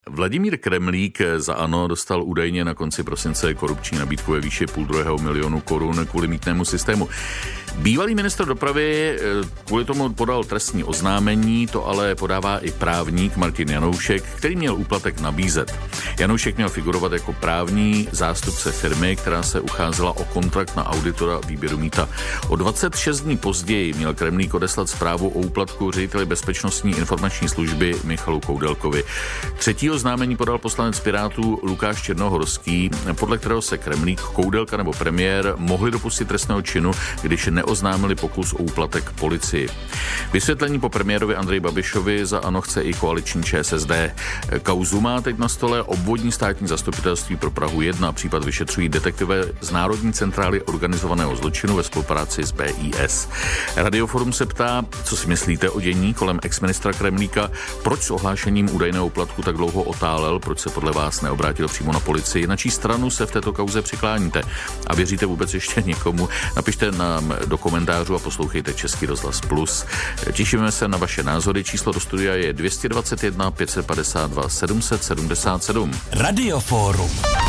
Vladimír Kremlík za ANO dostal údajně na konci prosince korupční nabídku ve výši 500 000 korun kvůli mýtnému systému. Bývalý ministr dopravy kvůli tomu podal trestní oznámení, to ale podává i právník Martin Janoušek, který měl úplatek nabízet. Janoušek měl figurovat jako právní zástupce firmy, která se ucházela o kontrakt na auditora výběru mýta. O 26 dní později měl Kremlík odeslat zprávu o úplatku řediteli Bezpečnostní informační služby Michalu Koudelkovi. Třetího oznámení podal poslanec Pirátů Lukáš Černohorský, podle kterého se Kremlík, Koudelka nebo premiér mohli dopustit trestného činu, když neoznámili pokus o úplatek policii. Vysvětlení po premiérovi Andreji Babišovi za ANO chce i koaliční ČSSD. Kauzu má teď na stole obvodní státní zastupitelství pro Prahu 1. Případ vyšetřují detektivové z Národní centrály organizovaného zločinu ve spolupráci s BIS. Radioforum se ptá, co si myslíte o dění kolem exministra Kremlíka, proč s ohlášením údajného úplatku tak dlouho otálel, proč se podle vás neobrátil přímo na policii, na čí stranu se v této kauze přikláníte a věříte vůbec ještě někomu? Napište nám do komentářů a poslouchejte Český rozhlas Plus. Těšíme se na vaše názory. Číslo do studia je 221 552 777. Radioforum.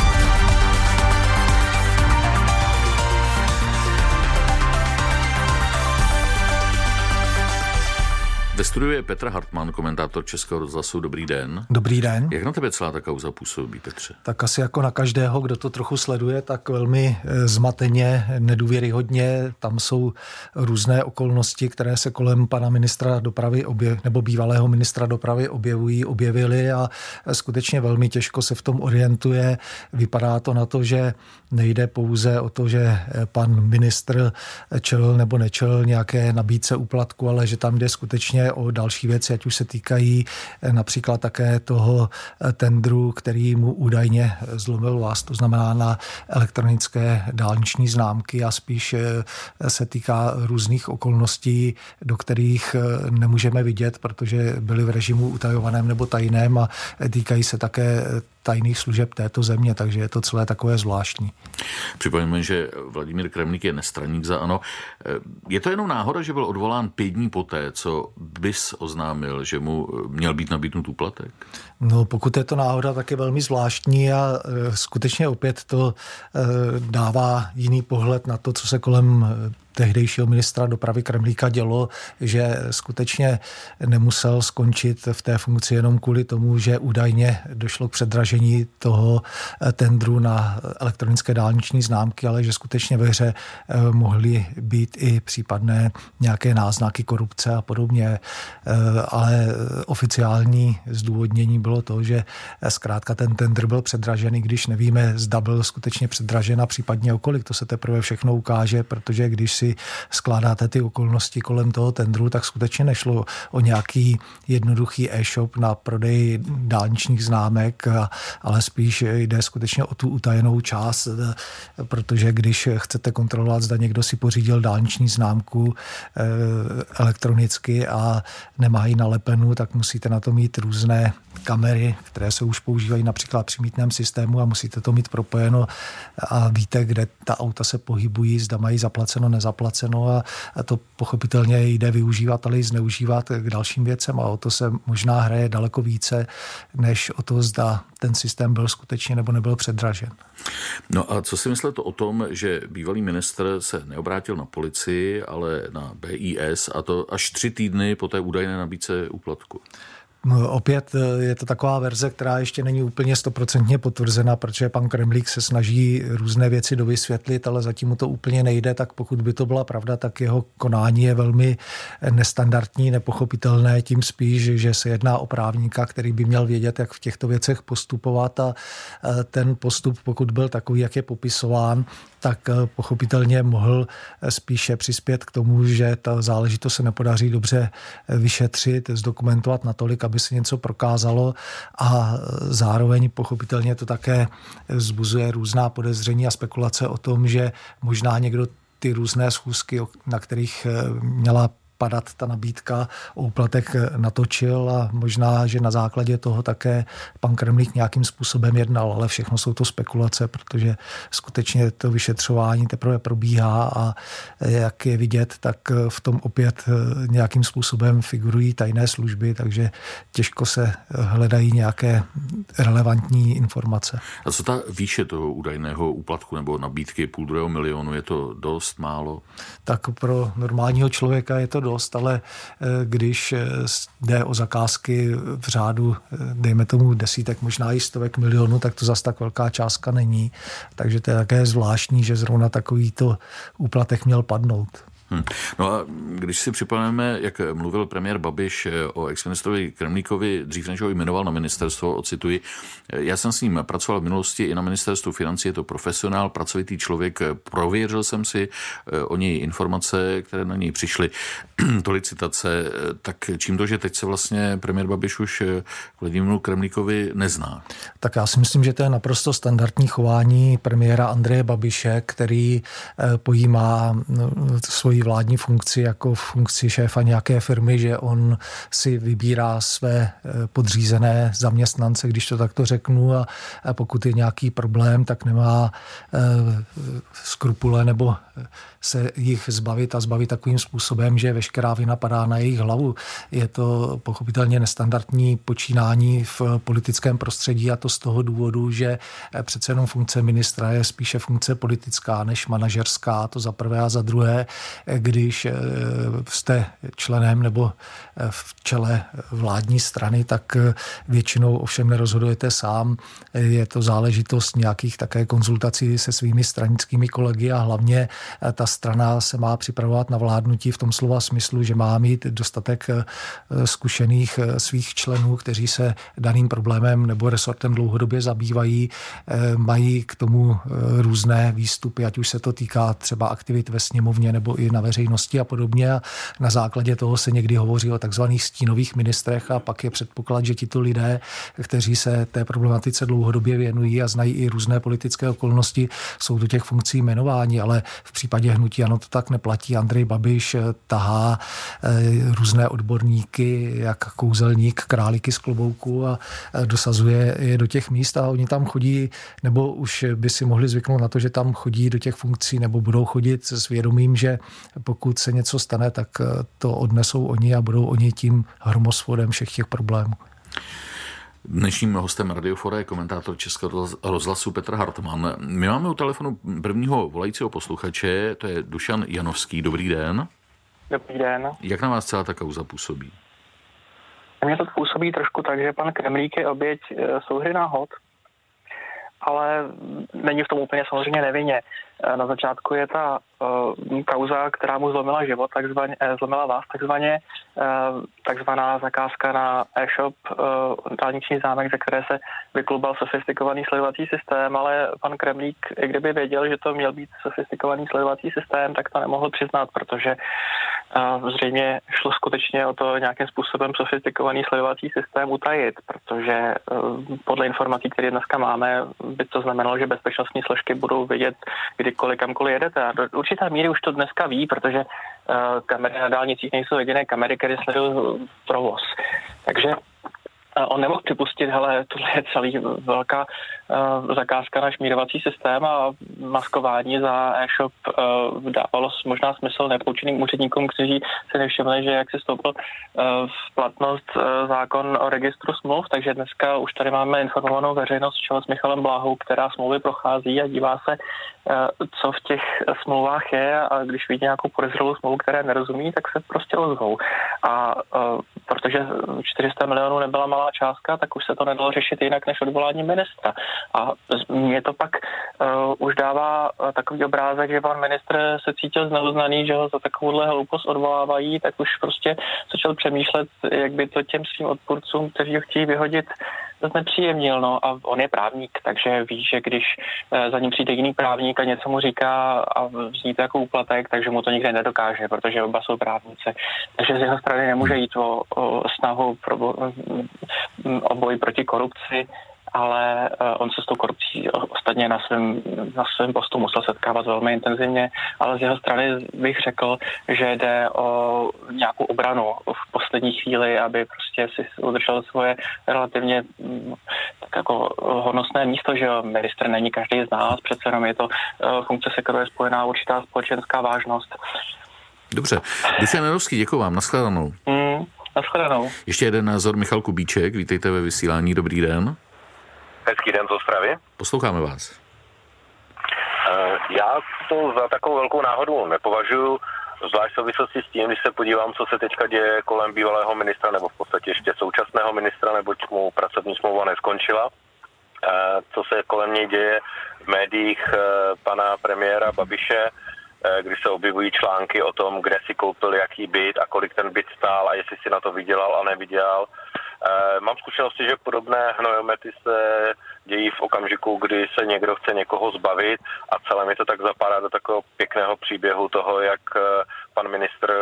Ve studiu je Petr Hartmann, komentátor Českého rozhlasu. Dobrý den. Dobrý den. Jak na tebe celá ta kauza působí, Petře? Tak asi jako na každého, kdo to trochu sleduje, tak velmi zmateně, nedůvěryhodně. Tam jsou různé okolnosti, které se kolem pana ministra dopravy nebo bývalého ministra dopravy objevily a skutečně velmi těžko se v tom orientuje. Vypadá to na to, že nejde pouze o to, že pan ministr čelil nebo nečelil nějaké nabídce úplatku, ale že tam jde skutečně o další věci, ať už se týkají například také toho tendru, který mu údajně zlomil vás, to znamená na elektronické dálniční známky a spíš se týká různých okolností, do kterých nemůžeme vidět, protože byly v režimu utajovaném nebo tajném a týkají se také tajných služeb této země, takže je to celé takové zvláštní. Připomeňme, že Vladimír Kremlík je nestraník za ANO. Je to jenom náhoda, že byl odvolán 5 dní poté, co BIS oznámil, že mu měl být nabídnut úplatek? No, pokud je to náhoda, tak je velmi zvláštní a skutečně opět to dává jiný pohled na to, co se kolem tehdejšího ministra dopravy Kremlíka dělo, že skutečně nemusel skončit v té funkci jenom kvůli tomu, že údajně došlo k předražení toho tendru na elektronické dálniční známky, ale že skutečně ve hře mohly být i případné nějaké náznaky korupce a podobně. Ale oficiální zdůvodnění bylo to, že zkrátka ten tendr byl předražený, když nevíme, zda byl skutečně předražen a případně okolik. To se teprve všechno ukáže, protože když si skládáte ty okolnosti kolem toho tendru, tak skutečně nešlo o nějaký jednoduchý e-shop na prodej dálničních známek, ale spíš jde skutečně o tu utajenou část, protože když chcete kontrolovat, zda někdo si pořídil dálniční známku elektronicky a nemá ji nalepenou, tak musíte na to mít různé kamery, které se už používají například při mýtném systému a musíte to mít propojeno a víte, kde ta auta se pohybují, zda mají zaplaceno, nezaplaceno a to pochopitelně jde využívat, ale i zneužívat k dalším věcem a o to se možná hraje daleko více, než o to, zda ten systém byl skutečně nebo nebyl předražen. No a co si myslíte o tom, že bývalý ministr se neobrátil na policii, ale na BIS a to až 3 týdny po té údajné nabídce úplatku? No, opět je to taková verze, která ještě není úplně 100% potvrzena, protože pan Kremlík se snaží různé věci dovysvětlit, ale zatím mu to úplně nejde, tak pokud by to byla pravda, tak jeho konání je velmi nestandardní, nepochopitelné, tím spíš, že se jedná o právníka, který by měl vědět, jak v těchto věcech postupovat a ten postup, pokud byl takový, jak je popisován, tak pochopitelně mohl spíše přispět k tomu, že ta záležitost se nepodaří dobře vyšetřit, zdokumentovat natolik, aby se něco prokázalo a zároveň pochopitelně to také vzbuzuje různá podezření a spekulace o tom, že možná někdo ty různé schůzky, na kterých měla padat ta nabídka o úplatek natočil a možná, že na základě toho také pan Kremlík nějakým způsobem jednal, ale všechno jsou to spekulace, protože skutečně to vyšetřování teprve probíhá a jak je vidět, tak v tom opět nějakým způsobem figurují tajné služby, takže těžko se hledají nějaké relevantní informace. A co ta výše toho údajného úplatku nebo nabídky 5,5 milionu, je to dost, málo? Tak pro normálního člověka je to dost, ale když jde o zakázky v řádu, dejme tomu desítek, možná i stovek milionů, tak to zase tak velká částka není. Takže to je také zvláštní, že zrovna takovýto úplatek měl padnout. No a když si připomeneme, jak mluvil premiér Babiš o exministrovi Kremlíkovi, dřív než ho jmenoval na ministerstvo, ocituji, já jsem s ním pracoval v minulosti i na ministerstvu financí, je to profesionál, pracovitý člověk, prověřil jsem si o něj informace, které na něj přišly, tolik citace, tak čím to, že teď se vlastně premiér Babiš už Vladimíru Kremlíkovi nezná? Tak já si myslím, že to je naprosto standardní chování premiéra Andreje Babiše, který pojímá svoji vládní funkci jako funkci šéfa nějaké firmy, že on si vybírá své podřízené zaměstnance, když to takto řeknu, a pokud je nějaký problém, tak nemá skrupule nebo se jich zbavit a zbavit takovým způsobem, že veškerá vina padá na jejich hlavu. Je to pochopitelně nestandardní počínání v politickém prostředí a to z toho důvodu, že přece jenom funkce ministra je spíše funkce politická než manažerská, to za prvé, a za druhé, když jste členem nebo v čele vládní strany, tak většinou ovšem nerozhodujete sám. Je to záležitost nějakých také konzultací se svými stranickými kolegy a hlavně ta strana se má připravovat na vládnutí v tom slova smyslu, že má mít dostatek zkušených svých členů, kteří se daným problémem nebo resortem dlouhodobě zabývají, mají k tomu různé výstupy, ať už se to týká třeba aktivit ve sněmovně nebo i na veřejnosti a podobně. A na základě toho se někdy hovoří o takzvaných stínových ministrech a pak je předpoklad, že tito lidé, kteří se té problematice dlouhodobě věnují a znají i různé politické okolnosti, jsou do těch funkcí jmenováni, ale v případě hnutí ANO to tak neplatí. Andrej Babiš tahá různé odborníky, jak kouzelník králíky z klobouku a dosazuje je do těch míst a oni tam chodí, nebo už by si mohli zvyknout na to, že tam chodí do těch funkcí nebo budou chodit s vědomím, že pokud se něco stane, tak to odnesou oni a budou oni tím hromosvodem všech těch problémů. Dnešním hostem Radiofora je komentátor Českého rozhlasu Petr Hartmann. My máme u telefonu prvního volajícího posluchače, to je Dušan Janovský. Dobrý den. Dobrý den. Jak na vás celá ta kauza působí? Mně to působí trošku tak, že pan Kremlík je oběť souhry náhod, ale není v tom úplně samozřejmě nevinně. Na začátku je ta kauza, která mu zlomila život, zlomila vás takzvaná zakázka na e-shop dálniční zámek, ze které se vyklubal sofistikovaný sledovací systém, ale pan Kremlík, i kdyby věděl, že to měl být sofistikovaný sledovací systém, tak to nemohl přiznat, protože zřejmě šlo skutečně o to nějakým způsobem sofistikovaný sledovací systém utajit, protože podle informací, které dneska máme, by to znamenalo, že bezpečnostní složky budou vědět, kdykoliv kamkoliv jedete. A do určité míry už to dneska ví, protože kamery na dálnicích nejsou jediné kamery, které sledují provoz. Takže on nemohl připustit, hele, tohle je celý velká zakázka na šmírovací systém a maskování za e-shop dávalo možná smysl nepoučeným úředníkům, kteří si nevšimli, že jak se stoupil v platnost zákon o registru smluv, takže dneska už tady máme informovanou veřejnost v čele s Michalem Bláhou, která smlouvy prochází a dívá se, co v těch smlouvách je, a když vidí nějakou podezřelou smlouvu, které nerozumí, tak se prostě ozvou. A protože 400 milionů nebyla malá částka, tak už se to nedalo řešit jinak než odvolání ministra. A mě to pak už dává takový obrázek, že pan ministr se cítil zneuznaný, že ho za takovouhle hloupost odvolávají, tak už prostě začal přemýšlet, jak by to těm svým odpůrcům, kteří ho chtějí vyhodit, znepříjemnil. No a on je právník, takže ví, že když za ním přijde jiný právník a něco mu říká a vzní to jako úplatek, takže mu to nikdy nedokáže, protože oba jsou právníci. Takže z jeho strany nemůže jít o snahu o boj proti korupci, ale on se s tou korupcí ostatně na svém postu musel setkávat velmi intenzivně, ale z jeho strany bych řekl, že jde o nějakou obranu v poslední chvíli, aby prostě si udržel svoje relativně tak jako hodnostné místo, že ministr není každý z nás, přece jenom je to funkce, se kterou je spojená určitá společenská vážnost. Dobře. Dušan Janovský, děkuji vám. Nashledanou. Nashledanou. Ještě jeden názor, Michal Kubíček. Vítejte ve vysílání. Dobrý den. Hezký den z Ostravy. Posloucháme vás. Já to za takovou velkou náhodu nepovažuji, zvlášť v souvislosti s tím, když se podívám, co se teďka děje kolem bývalého ministra, nebo v podstatě ještě současného ministra, neboť mu pracovní smlouva neskončila. Co se kolem něj děje v médiích pana premiéra Babiše, když se objevují články o tom, kde si koupil jaký byt a kolik ten byt stál a jestli si na to vydělal a nevydělal. Mám zkušenosti, že podobné hnojomety se dějí v okamžiku, kdy se někdo chce někoho zbavit a celé mi to tak zapadá do takového pěkného příběhu toho, jak pan ministr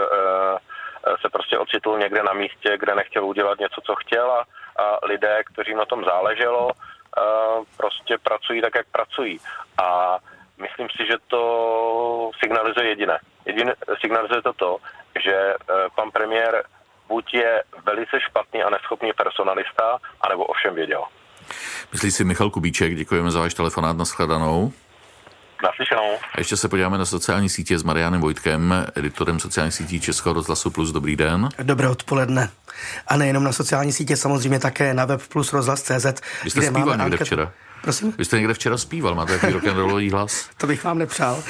se prostě ocitl někde na místě, kde nechtěl udělat něco, co chtěl a lidé, kteří na tom záleželo, prostě pracují tak, jak pracují. A myslím si, že to signalizuje jediné. Signalizuje to, že pan premiér buď je velice špatný a neschopný personalista, anebo o všem věděl. Myslí si Michal Kubíček, děkujeme za váš telefonát, nashledanou. Naslyšenou. A ještě se podíváme na sociální sítě s Marianem Vojtkem, editorem sociálních sítí Českého rozhlasu Plus. Dobrý den. Dobré odpoledne. A nejenom na sociální sítě, samozřejmě také na web plus rozhlas.cz. Vy jste zpíval někde včera? Prosím? Vy jste někde včera zpíval, máte takový rock'n'rollový hlas? To bych vám nepřál.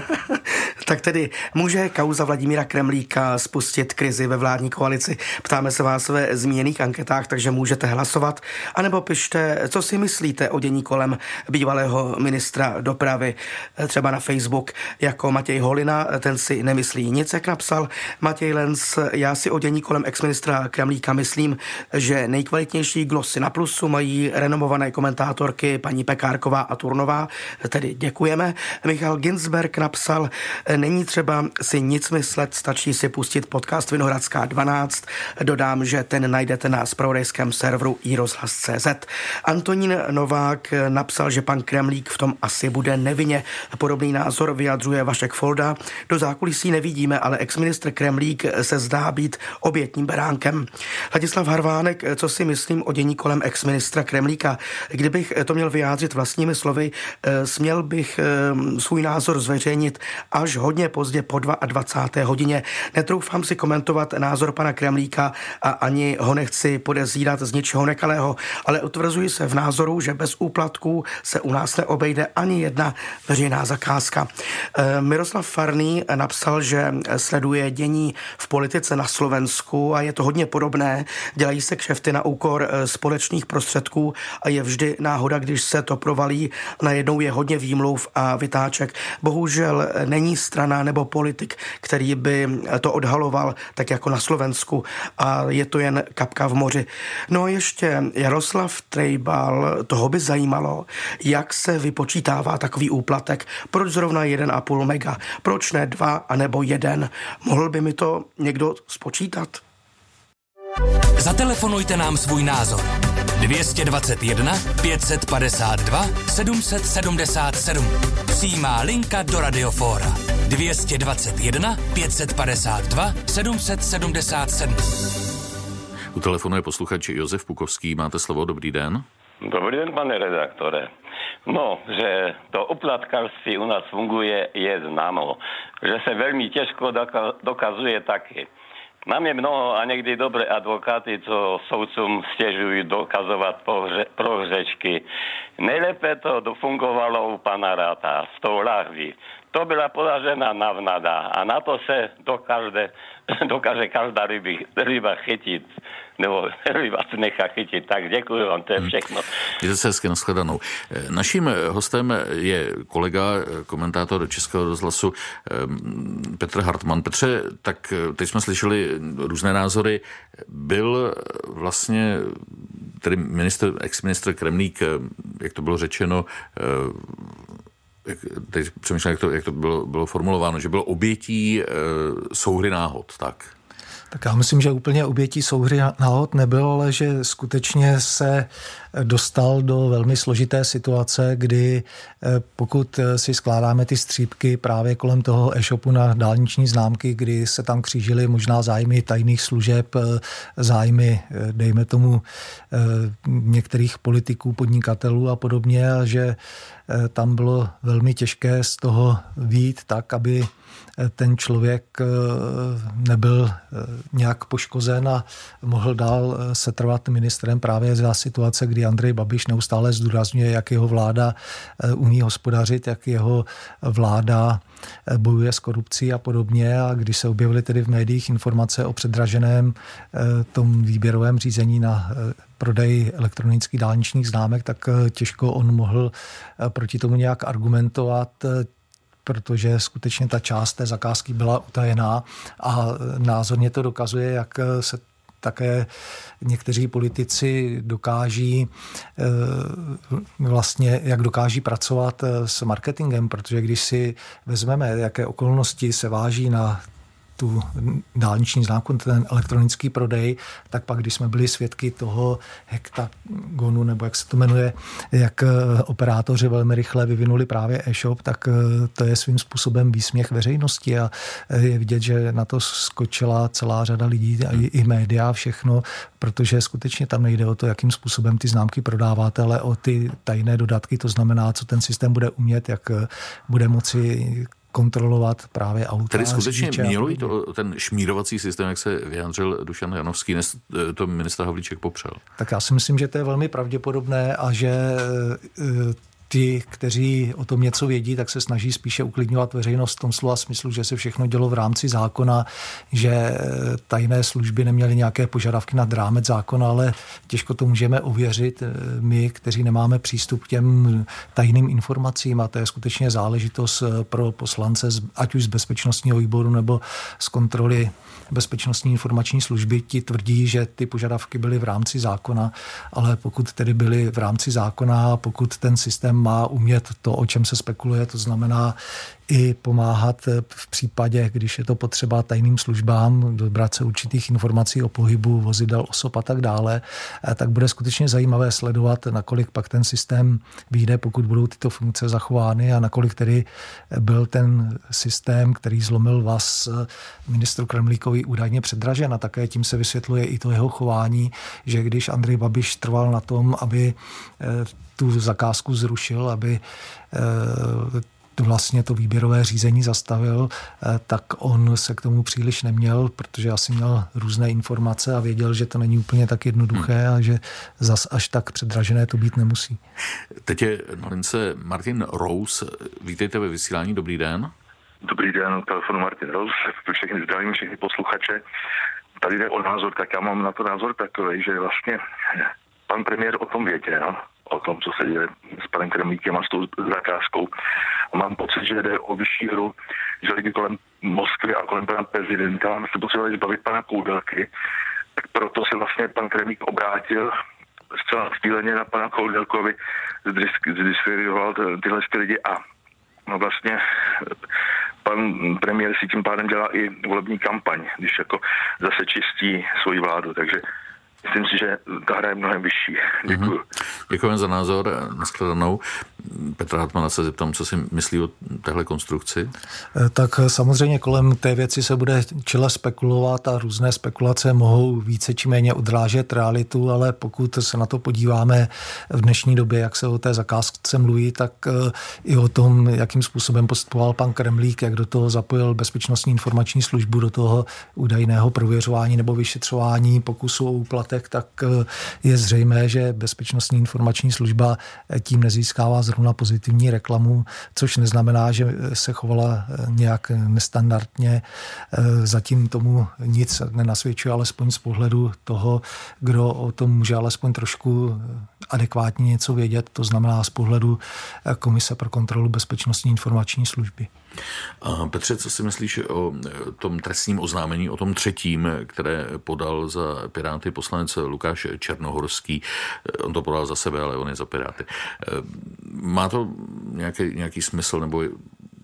Tak tedy, může kauza Vladimíra Kremlíka spustit krizi ve vládní koalici? Ptáme se vás ve zmíněných anketách, takže můžete hlasovat. A nebo pište, co si myslíte o dění kolem bývalého ministra dopravy, třeba na Facebook, jako Matěj Holina, ten si nemyslí nic, jak napsal Matěj Lenz. Já si o dění kolem exministra Kremlíka myslím, že nejkvalitnější glosy na Plusu mají renomované komentátorky paní Pekárková a Turnová, tedy děkujeme. Michal Ginsberg napsal, není třeba si nic myslet, stačí si pustit podcast Vinohradská 12. Dodám, že ten najdete na zpravodajském serveru iRozhlas.cz. Antonín Novák napsal, že pan Kremlík v tom asi bude nevinně. Podobný názor vyjadřuje Vašek Folda. Do zákulisí nevidíme, ale exministr Kremlík se zdá být obětním beránkem. Ladislav Harvánek, co si myslím o dění kolem exministra Kremlíka? Kdybych to měl vyjádřit vlastními slovy, směl bych svůj názor zveřejnit až hodně pozdě po 22. hodině. Netroufám si komentovat názor pana Kremlíka a ani ho nechci podezírat z ničeho nekalého, ale utvrzuji se v názoru, že bez úplatků se u nás neobejde ani jedna veřejná zakázka. Miroslav Farný napsal, že sleduje dění v politice na Slovensku a je to hodně podobné. Dělají se kšefty na úkor společných prostředků a je vždy náhoda, když se to provalí, najednou je hodně výmluv a vytáček. Bohužel není strana nebo politik, který by to odhaloval, tak jako na Slovensku, a je to jen kapka v moři. No a ještě Jaroslav Trejbal, toho by zajímalo, jak se vypočítává takový úplatek, proč zrovna 1,5 mega, proč ne 2 anebo 1, mohl by mi to někdo spočítat? Zatelefonujte nám svůj názor. 221 552 777. Přímá linka do Radiofóra. 221 552 777. U telefonu je posluchač Josef Pukovský. Máte slovo, dobrý den. Dobrý den, pane redaktore. No, že to uplatkarství u nás funguje, je známo. Že se velmi těžko dokazuje taky. Máme mnoho a někdy dobré advokáty, co soudcům stěžují dokazovat prohřečky. Nejlépe to fungovalo u pana Ráta s tou lahví. To byla podažená navnada a na to se dokáže každá ryba chytit. Nebo ryba se nechá chytit. Tak děkuji vám, to je všechno. Mějte se hezky, nashledanou. Naším hostem je kolega, komentátor Českého rozhlasu Petr Hartmann. Petře, tak teď jsme slyšeli různé názory. Byl vlastně tedy ex-ministr Kremlík, jak to bylo řečeno, teď přemýšlím, jak to bylo formulováno, že bylo obětí souhry náhod, tak? Tak já myslím, že úplně obětí souhry náhod nebyl, ale že skutečně se dostal do velmi složité situace, kdy pokud si skládáme ty střípky právě kolem toho e-shopu na dálniční známky, kdy se tam křížily možná zájmy tajných služeb, zájmy, dejme tomu, některých politiků, podnikatelů a podobně, a že tam bylo velmi těžké z toho vyjít tak, aby ten člověk nebyl nějak poškozen a mohl dál setrvat ministrem právě za situace, kdy Andrej Babiš neustále zdůrazňuje, jak jeho vláda umí hospodařit, jak jeho vláda bojuje s korupcí a podobně. A když se objevily tedy v médiích informace o předraženém tom výběrovém řízení na prodej elektronických dálničních známek, tak těžko on mohl proti tomu nějak argumentovat, protože skutečně ta část té zakázky byla utajená a názorně to dokazuje, jak se také někteří politici dokáží vlastně, jak dokáží pracovat s marketingem, protože když si vezmeme, jaké okolnosti se váží na tu dálniční známku, ten elektronický prodej, tak pak, když jsme byli svědky toho Hektagonu, nebo jak se to jmenuje, jak operátoři velmi rychle vyvinuli právě e-shop, tak to je svým způsobem výsměch veřejnosti a je vidět, že na to skočila celá řada lidí i média, všechno, protože skutečně tam nejde o to, jakým způsobem ty známky prodáváte, ale o ty tajné dodatky, to znamená, co ten systém bude umět, jak bude moci kontrolovat právě auta. Tedy skutečně mělo jít ten šmírovací systém, jak se vyjádřil Dušan Janovský, dnes to ministr Havlíček popřel. Tak já si myslím, že to je velmi pravděpodobné a že ti, kteří o tom něco vědí, tak se snaží spíše uklidňovat veřejnost v tom slova smyslu, že se všechno dělo v rámci zákona, že tajné služby neměly nějaké požadavky nad rámec zákona, ale těžko to můžeme ověřit my, kteří nemáme přístup k těm tajným informacím, a to je skutečně záležitost pro poslance, ať už z bezpečnostního výboru nebo z kontroly bezpečnostní informační služby. Ti tvrdí, že ty požadavky byly v rámci zákona, ale pokud tedy byly v rámci zákona, pokud ten systém má umět to, o čem se spekuluje, to znamená i pomáhat v případě, když je to potřeba tajným službám, dobrat se určitých informací o pohybu vozidel, osob a tak dále, tak bude skutečně zajímavé sledovat, nakolik pak ten systém vyjde, pokud budou tyto funkce zachovány a nakolik tedy byl ten systém, který zlomil vás ministru Kremlíkovi, údajně předražen, a také tím se vysvětluje i to jeho chování, že když Andrej Babiš trval na tom, aby tu zakázku zrušil, aby vlastně to výběrové řízení zastavil, tak on se k tomu příliš neměl, protože asi měl různé informace a věděl, že to není úplně tak jednoduché a že zas až tak předražené to být nemusí. Teď je na lince Martin Rous. Vítejte ve vysílání, dobrý den. Dobrý den, telefonu Martin Rous, všechny zdravím, všechny posluchače. Tady jde o názor, tak já mám na to názor takový, že vlastně pan premiér o tom věděl, o tom, co se děje s panem Kremlíkem a s tou zakázkou. A mám pocit, že jde o vyšší hru, že lidi kolem Moskvy a kolem pana prezidenta se potřebovali zbavit pana Koudelky, tak proto se vlastně pan Kremlík obrátil zcela stýleně na pana Koudelkovi, zdiskreditoval tyhle lidi a no vlastně pan premiér si tím pádem dělá i volební kampaň, když jako zase čistí svoji vládu, takže myslím si, že ta hra je mnohem vyšší. Děkuji. Děkujeme za názor. Nashledanou. Petra Hartmana se zeptám, co si myslí o téhle konstrukci. Tak samozřejmě kolem té věci se bude čile spekulovat a různé spekulace mohou více či méně odrážet realitu, ale pokud se na to podíváme v dnešní době, jak se o té zakázce mluví, tak i o tom, jakým způsobem postupoval pan Kremlík, jak do toho zapojil bezpečnostní informační službu, do toho údajného prověřování nebo vyšetřování pokusu o úplatek, tak je zřejmé, že bezpečnostní informační služba tím nezískává zrovna pozitivní reklamu, což neznamená, že se chovala nějak nestandardně. Zatím tomu nic nenasvědčuje, alespoň z pohledu toho, kdo o tom může alespoň trošku adekvátně něco vědět, to znamená z pohledu Komise pro kontrolu bezpečnostní informační služby. A Petře, co si myslíš o tom trestním oznámení, o tom třetím, které podal za Piráty poslanec Lukáš Černohorský? On to podal za sebe, ale on je za Piráty. Má to nějaký smysl, nebo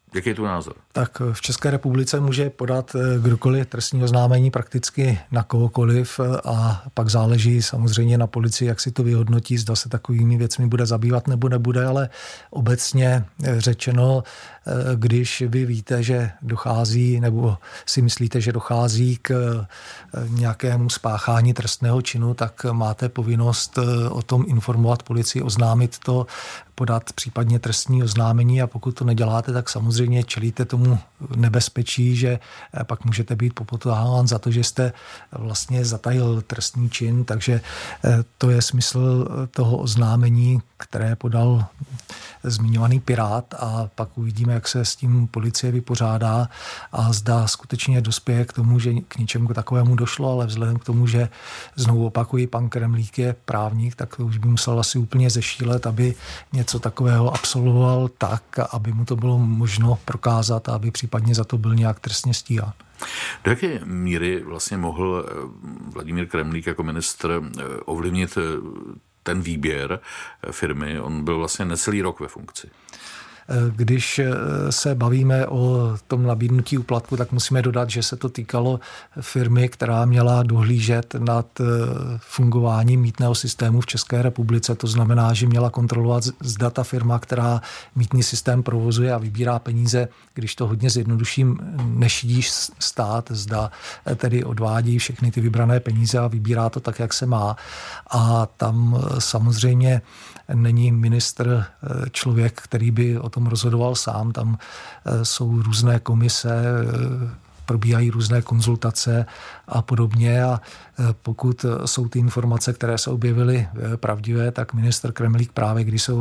Jaký je tu názor? Tak v České republice může podat kdokoliv trestní oznámení prakticky na kohokoliv a pak záleží samozřejmě na policii, jak si to vyhodnotí, zda se takovými věcmi bude zabývat nebo nebude, ale obecně řečeno, když vy víte, že dochází nebo si myslíte, že dochází k nějakému spáchání trestného činu, tak máte povinnost o tom informovat policii, oznámit to, podat případně trestní oznámení a pokud to neděláte, tak samozřejmě čelíte tomu nebezpečí, že pak můžete být popotáhán za to, že jste vlastně zatajil trestný čin, takže to je smysl toho oznámení, které podal zmiňovaný Pirát a pak uvidíme, jak se s tím policie vypořádá a zda skutečně dospěje k tomu, že k ničemu takovému došlo, ale vzhledem k tomu, že znovu opakuji, pan Kremlík je právník, tak to už by musel asi úplně zešílet, aby něco takového absolvoval tak, aby mu to bylo možno prokázat a aby případně za to byl nějak trestně stíhán. Do jaké míry vlastně mohl Vladimír Kremlík jako ministr ovlivnit ten výběr firmy? On byl vlastně necelý rok ve funkci. Když se bavíme o tom nabídnutí úplatku, tak musíme dodat, že se to týkalo firmy, která měla dohlížet nad fungováním mýtného systému v České republice. To znamená, že měla kontrolovat, zda ta firma, která mýtný systém provozuje a vybírá peníze, když to hodně zjednoduším, nešidí stát, zda tedy odvádí všechny ty vybrané peníze a vybírá to tak, jak se má. A tam samozřejmě není ministr člověk, který by o tom rozhodoval sám. Tam jsou různé komise, probíhají různé konzultace a podobně a pokud jsou ty informace, které se objevily pravdivé, tak ministr Kremlík právě, když se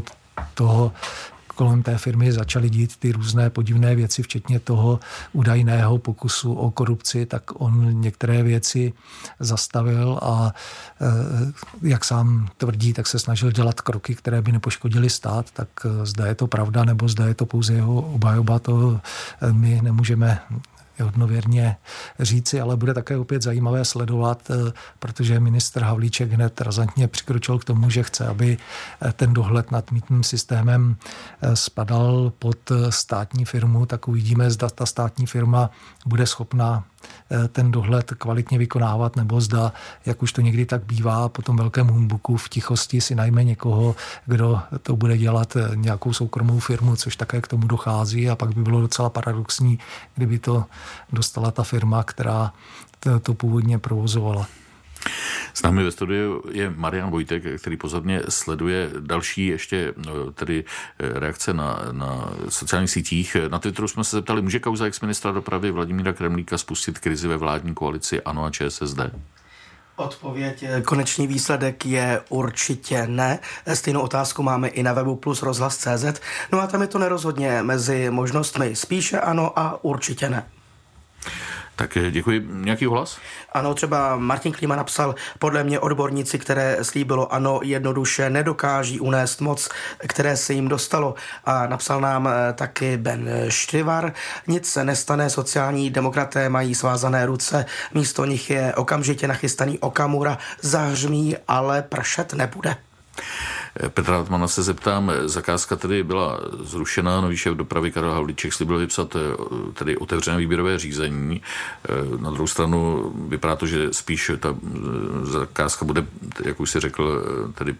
kolem té firmy začaly dít ty různé podivné věci, včetně toho údajného pokusu o korupci, tak on některé věci zastavil a jak sám tvrdí, tak se snažil dělat kroky, které by nepoškodily stát, tak zda je to pravda, nebo zda je to pouze jeho obhajoba, to my nemůžeme hodnověrně říci, ale bude také opět zajímavé sledovat, protože ministr Havlíček hned razantně přikročil k tomu, že chce, aby ten dohled nad mýtným systémem spadal pod státní firmu, tak uvidíme, zda ta státní firma bude schopna ten dohled kvalitně vykonávat, nebo zda, jak už to někdy tak bývá, po tom velkém humbuku v tichosti si najme někoho, kdo to bude dělat, nějakou soukromou firmu, což také k tomu dochází a pak by bylo docela paradoxní, kdyby to dostala ta firma, která to původně provozovala. S námi ve studiu je Marian Vojtek, který pozorně sleduje další ještě tedy reakce na sociálních sítích. Na Twitteru jsme se zeptali, může kauza exministra dopravy Vladimíra Kremlíka spustit krizi ve vládní koalici ANO a ČSSD? Odpověď, konečný výsledek je určitě ne. Stejnou otázku máme i na webu plus rozhlas.cz. No a tam je to nerozhodně mezi možnostmi spíše ano a určitě ne. Tak děkuji. Nějaký hlas? Ano, třeba Martin Klíma napsal, podle mě odborníci, které slíbilo ANO, jednoduše nedokáží unést moc, které se jim dostalo. A napsal nám taky Ben Štrivar, nic se nestane, sociální demokraté mají svázané ruce, místo nich je okamžitě nachystaný Okamura, zahřmí, ale pršet nebude. Petra Hartmana se zeptám, zakázka tedy byla zrušena, nový šéf dopravy Karel Havlíček slíbil vypsat tedy otevřené výběrové řízení. Na druhou stranu vypadá to, že spíš ta zakázka bude, jak už si řekl, tedy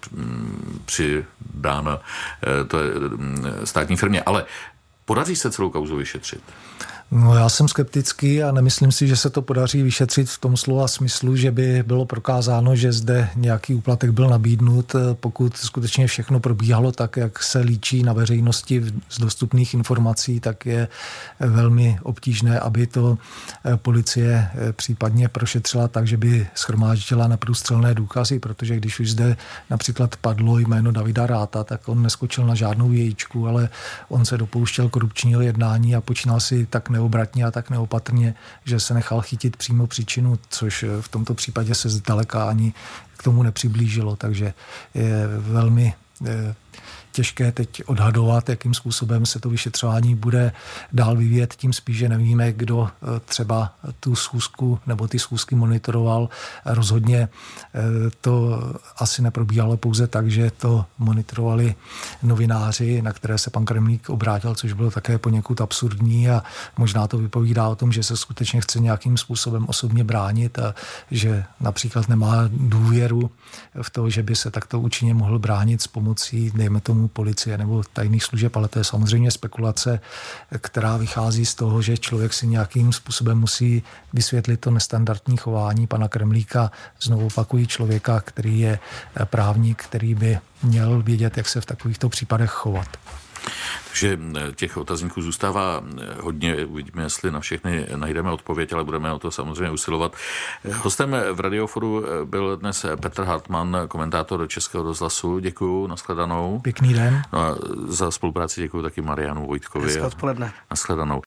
přidána to je státní firmě. Ale podaří se celou kauzu vyšetřit? No, já jsem skeptický a nemyslím si, že se to podaří vyšetřit v tom slova smyslu, že by bylo prokázáno, že zde nějaký úplatek byl nabídnut, pokud skutečně všechno probíhalo tak, jak se líčí na veřejnosti z dostupných informací, tak je velmi obtížné, aby to policie případně prošetřila tak, že by shromáždila neprůstřelné důkazy, protože když už zde například padlo jméno Davida Ratha, tak on neskočil na žádnou vějičku, ale on se dopouštěl korupčního jednání a počínal si tak neobratně a tak neopatrně, že se nechal chytit přímo příčinu, což v tomto případě se zdaleka ani k tomu nepřiblížilo, takže je velmi těžké teď odhadovat, jakým způsobem se to vyšetřování bude dál vyvíjet, tím spíš, že nevíme, kdo třeba tu schůzku nebo ty schůzky monitoroval. Rozhodně to asi neprobíhalo pouze tak, že to monitorovali novináři, na které se pan Kremlík obrátil, což bylo také poněkud absurdní a možná to vypovídá o tom, že se skutečně chce nějakým způsobem osobně bránit a že například nemá důvěru v to, že by se takto účinně mohl bránit s pomocí, dejme tomu, policie nebo tajných služeb, ale to je samozřejmě spekulace, která vychází z toho, že člověk si nějakým způsobem musí vysvětlit to nestandardní chování pana Kremlíka. Znovu opakuji, člověka, který je právník, který by měl vědět, jak se v takovýchto případech chovat. Takže těch otazníků zůstává hodně, uvidíme, jestli na všechny najdeme odpověď, ale budeme o to samozřejmě usilovat. Hostem v Radioforu byl dnes Petr Hartmann, komentátor Českého rozhlasu. Děkuju, nashledanou. Pěkný den. No a za spolupráci děkuju taky Marianu Vojtkovi. Hezké odpoledne. Nashledanou.